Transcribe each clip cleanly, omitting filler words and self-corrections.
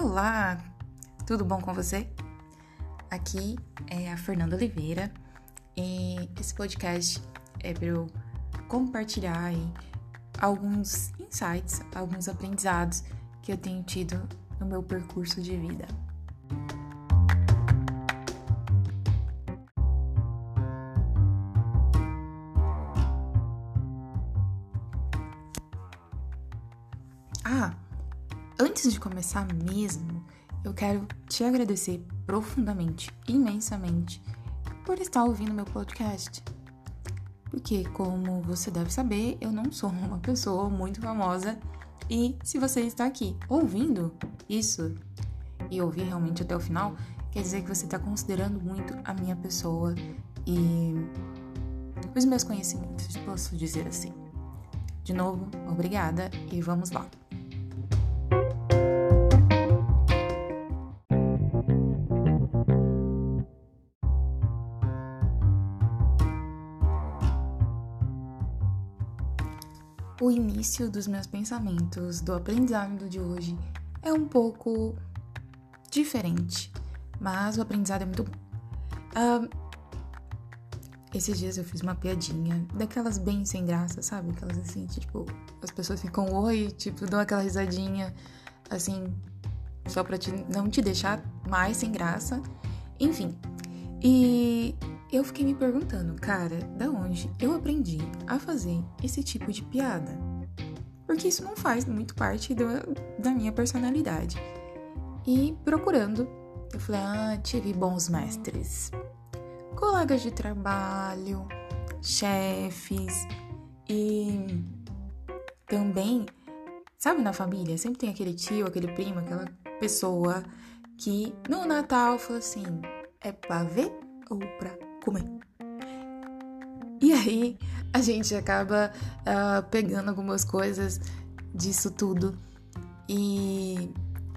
Olá, tudo bom com você? Aqui é a Fernanda Oliveira e esse podcast é para eu compartilhar aí alguns insights, alguns aprendizados que eu tenho tido no meu percurso de vida. Antes de começar mesmo, eu quero te agradecer profundamente, imensamente, por estar ouvindo meu podcast. Porque, como você deve saber, eu não sou uma pessoa muito famosa e se você está aqui ouvindo isso e ouvir realmente até o final, quer dizer que você está considerando muito a minha pessoa e os meus conhecimentos, posso dizer assim. De novo, obrigada e vamos lá. O início dos meus pensamentos do aprendizado de hoje é um pouco diferente, mas o aprendizado é muito bom. Esses dias eu fiz uma piadinha, daquelas bem sem graça, sabe? Aquelas assim, tipo, as pessoas ficam oi, tipo, dão aquela risadinha, assim, só pra não te deixar mais sem graça. Enfim, e eu fiquei me perguntando, cara, da onde eu aprendi a fazer esse tipo de piada? Porque isso não faz muito parte da minha personalidade. E procurando, eu falei, tive bons mestres. Colegas de trabalho, chefes e também, sabe, na família, sempre tem aquele tio, aquele primo, aquela pessoa que no Natal fala assim, é pra ver ou pra comer? E aí a gente acaba pegando algumas coisas disso tudo e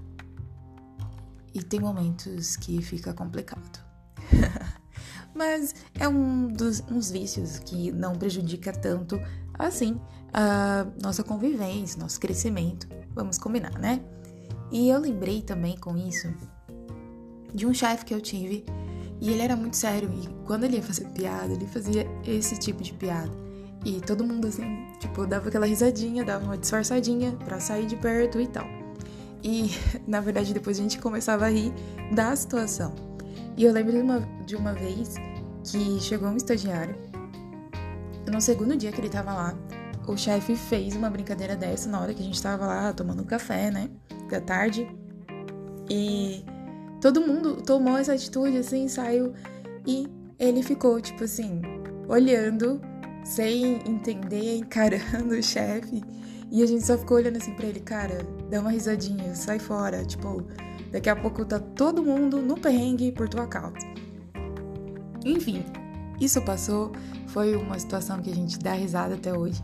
tem momentos que fica complicado. Mas é uns vícios que não prejudica tanto assim a nossa convivência, nosso crescimento, vamos combinar, né? E eu lembrei também com isso de um chefe que eu tive. E ele era muito sério, e quando ele ia fazer piada, ele fazia esse tipo de piada. E todo mundo, assim, tipo, dava aquela risadinha, dava uma disfarçadinha pra sair de perto e tal. E, na verdade, depois a gente começava a rir da situação. E eu lembro de uma vez que chegou um estagiário, no segundo dia que ele tava lá, o chefe fez uma brincadeira dessa na hora que a gente tava lá tomando café, né, da tarde. E todo mundo tomou essa atitude, assim, saiu e ele ficou, tipo assim, olhando, sem entender, encarando o chefe. E a gente só ficou olhando assim pra ele, cara, dá uma risadinha, sai fora, tipo, daqui a pouco tá todo mundo no perrengue por tua causa. Enfim, isso passou, foi uma situação que a gente dá risada até hoje.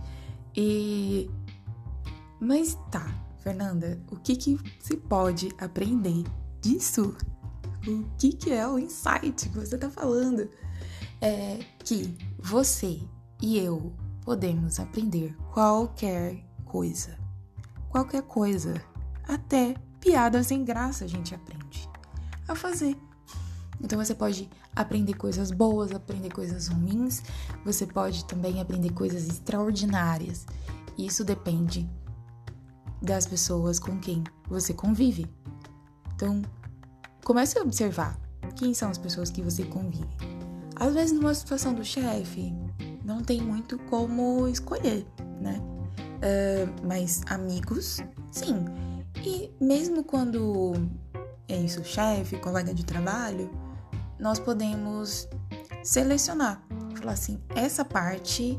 Mas tá, Fernanda, o que se pode aprender disso? O que é o insight que você tá falando? É que você e eu podemos aprender qualquer coisa. Qualquer coisa. Até piada sem graça a gente aprende a fazer. Então você pode aprender coisas boas, aprender coisas ruins. Você pode também aprender coisas extraordinárias. Isso depende das pessoas com quem você convive. Então, comece a observar quem são as pessoas que você convive. Às vezes, numa situação do chefe, não tem muito como escolher, né? Mas amigos, sim. E mesmo quando é isso, chefe, colega de trabalho, nós podemos selecionar. Falar assim, essa parte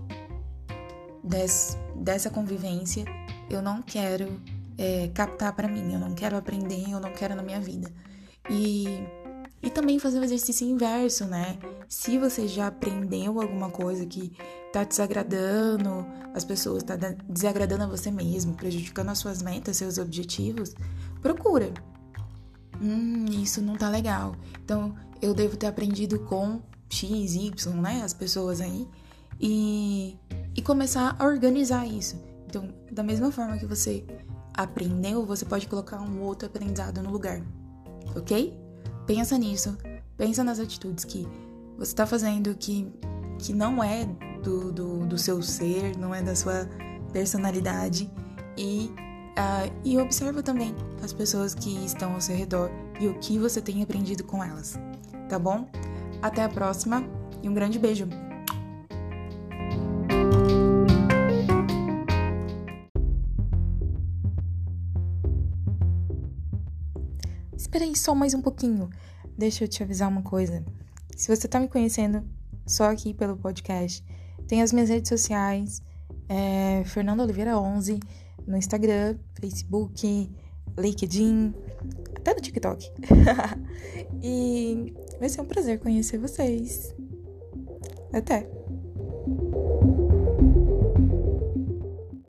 dessa convivência eu não quero captar pra mim, eu não quero aprender, eu não quero na minha vida. E também fazer o exercício inverso, né? Se você já aprendeu alguma coisa que tá desagradando as pessoas, tá desagradando a você mesmo, prejudicando as suas metas, seus objetivos, procura. Isso não tá legal. Então, eu devo ter aprendido com X, Y, né? As pessoas aí. E começar a organizar isso. Então, da mesma forma que você aprendeu, você pode colocar um outro aprendizado no lugar, ok? Pensa nisso, pensa nas atitudes que você tá fazendo que não é do seu ser, não é da sua personalidade e observa também as pessoas que estão ao seu redor e o que você tem aprendido com elas, tá bom? Até a próxima e um grande beijo! Espera aí só mais um pouquinho. Deixa eu te avisar uma coisa. Se você tá me conhecendo só aqui pelo podcast, tem as minhas redes sociais, Fernanda Oliveira 11, no Instagram, Facebook, LinkedIn, até no TikTok. E vai ser um prazer conhecer vocês. Até!